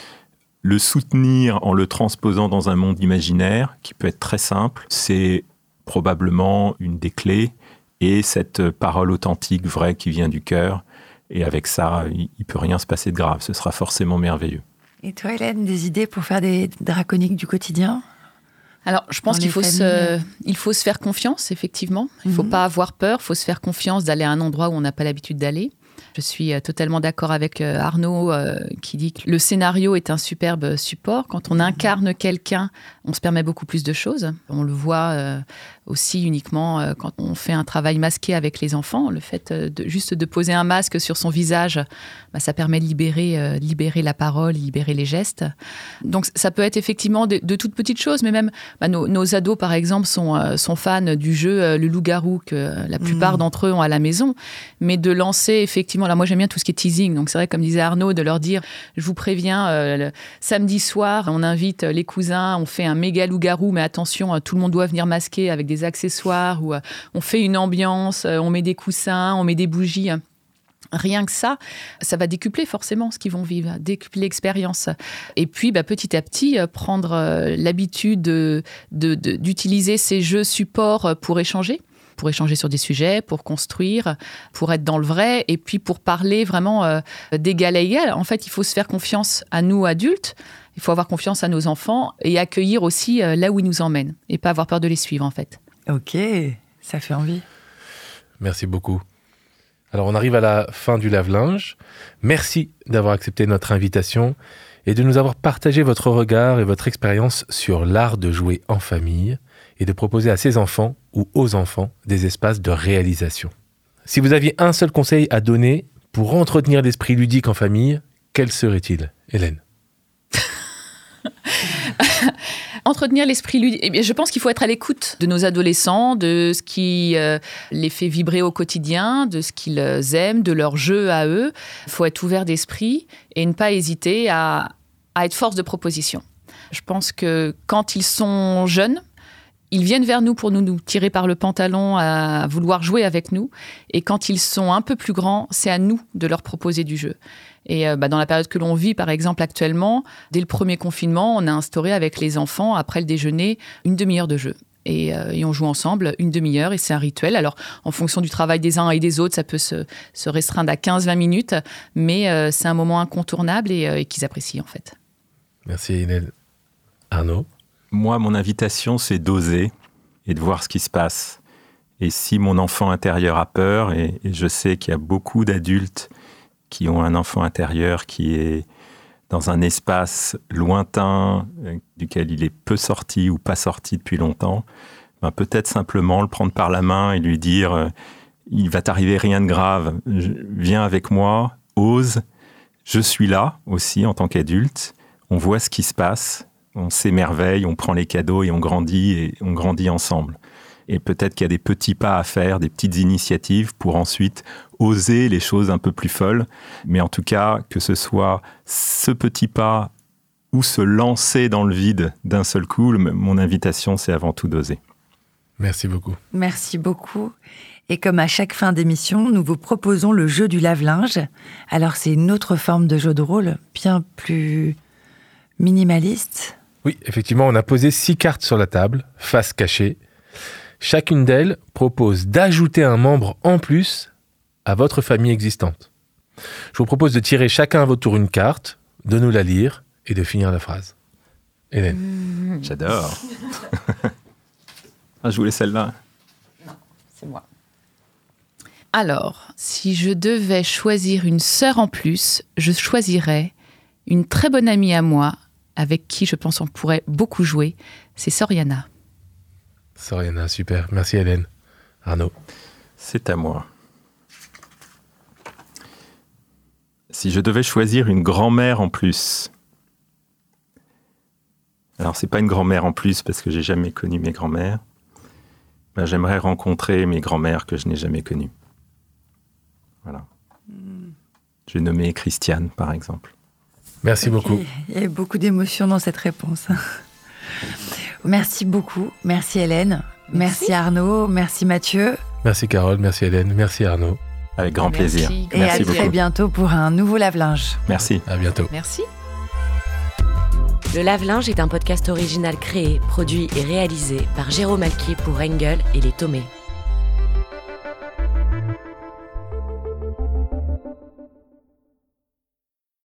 le soutenir en le transposant dans un monde imaginaire, qui peut être très simple, c'est probablement une des clés. Et cette parole authentique, vraie, qui vient du cœur. Et avec ça, il ne peut rien se passer de grave. Ce sera forcément merveilleux. Et toi, Hélène, des idées pour faire des draconiques du quotidien ? Alors, je pense qu'il faut se faire confiance, effectivement. Il ne faut pas avoir peur, il faut se faire confiance d'aller à un endroit où on n'a pas l'habitude d'aller. Je suis totalement d'accord avec Arnaud qui dit que le scénario est un superbe support. Quand on incarne quelqu'un, on se permet beaucoup plus de choses. On le voit aussi uniquement quand on fait un travail masqué avec les enfants. Le fait juste de poser un masque sur son visage, ça permet de libérer la parole, libérer les gestes. Donc ça peut être effectivement de toutes petites choses, mais même nos ados, par exemple, sont fans du jeu Le Loup-Garou que la plupart d'entre eux ont à la maison. Mais de lancer effectivement, là moi j'aime bien tout ce qui est teasing, donc c'est vrai comme disait Arnaud, de leur dire, je vous préviens, le samedi soir, on invite les cousins, on fait un méga loup-garou, mais attention, tout le monde doit venir masqué avec des accessoires, ou on fait une ambiance, on met des coussins, on met des bougies. Rien que ça va décupler forcément ce qu'ils vont vivre, décupler l'expérience. Et puis, petit à petit, prendre l'habitude d'utiliser ces jeux supports pour échanger sur des sujets, pour construire, pour être dans le vrai, et puis pour parler vraiment d'égal à égal. En fait, il faut se faire confiance à nous, adultes, il faut avoir confiance à nos enfants et accueillir aussi là où ils nous emmènent, et pas avoir peur de les suivre, en fait. Ok, ça fait envie. Merci beaucoup. Alors, on arrive à la fin du lave-linge. Merci d'avoir accepté notre invitation et de nous avoir partagé votre regard et votre expérience sur l'art de jouer en famille et de proposer à ses enfants ou aux enfants des espaces de réalisation. Si vous aviez un seul conseil à donner pour entretenir l'esprit ludique en famille, quel serait-il, Hélène ? Entretenir l'esprit ludique, je pense qu'il faut être à l'écoute de nos adolescents, de ce qui les fait vibrer au quotidien, de ce qu'ils aiment, de leur jeu à eux. Il faut être ouvert d'esprit et ne pas hésiter à être force de proposition. Je pense que quand ils sont jeunes, ils viennent vers nous pour nous tirer par le pantalon, à vouloir jouer avec nous. Et quand ils sont un peu plus grands, c'est à nous de leur proposer du jeu. Et dans la période que l'on vit, par exemple, actuellement, dès le premier confinement, on a instauré avec les enfants, après le déjeuner, une demi-heure de jeu. Et on joue ensemble une demi-heure et c'est un rituel. Alors, en fonction du travail des uns et des autres, ça peut se restreindre à 15-20 minutes, mais c'est un moment incontournable et qu'ils apprécient, en fait. Merci, Hélène. Arnaud ? Moi, mon invitation, c'est d'oser et de voir ce qui se passe. Et si mon enfant intérieur a peur, et je sais qu'il y a beaucoup d'adultes qui ont un enfant intérieur qui est dans un espace lointain, duquel il est peu sorti ou pas sorti depuis longtemps, peut-être simplement le prendre par la main et lui dire « il va t'arriver rien de grave, viens avec moi, ose, je suis là aussi en tant qu'adulte, on voit ce qui se passe ». On s'émerveille, on prend les cadeaux et on grandit ensemble. Et peut-être qu'il y a des petits pas à faire, des petites initiatives pour ensuite oser les choses un peu plus folles. Mais en tout cas, que ce soit ce petit pas ou se lancer dans le vide d'un seul coup, mon invitation, c'est avant tout d'oser. Merci beaucoup. Merci beaucoup. Et comme à chaque fin d'émission, nous vous proposons le jeu du lave-linge. Alors, c'est une autre forme de jeu de rôle, bien plus minimaliste. Oui, effectivement, on a posé 6 cartes sur la table, face cachée. Chacune d'elles propose d'ajouter un membre en plus à votre famille existante. Je vous propose de tirer chacun à votre tour une carte, de nous la lire et de finir la phrase. Hélène. J'adore. Je voulais celle-là. Non, c'est moi. Alors, si je devais choisir une sœur en plus, je choisirais une très bonne amie à moi, avec qui je pense on pourrait beaucoup jouer, c'est Soriana. Soriana, super. Merci Hélène. Arnaud. C'est à moi. Si je devais choisir une grand-mère en plus. Alors, c'est pas une grand-mère en plus parce que j'ai jamais connu mes grands-mères. Ben, j'aimerais rencontrer mes grands-mères que je n'ai jamais connues. Voilà. Je vais nommer Christiane, par exemple. Merci beaucoup. Il y a beaucoup d'émotions dans cette réponse. Merci beaucoup. Merci Hélène. Merci Arnaud. Merci Mathieu. Merci Carole. Merci Hélène. Merci Arnaud. Avec grand plaisir. Et Merci à beaucoup. très bientôt pour un nouveau lave-linge. Merci. À bientôt. Merci. Le Lave-Linge est un podcast original créé, produit et réalisé par Jérôme Alquier pour Engel et les Thomé.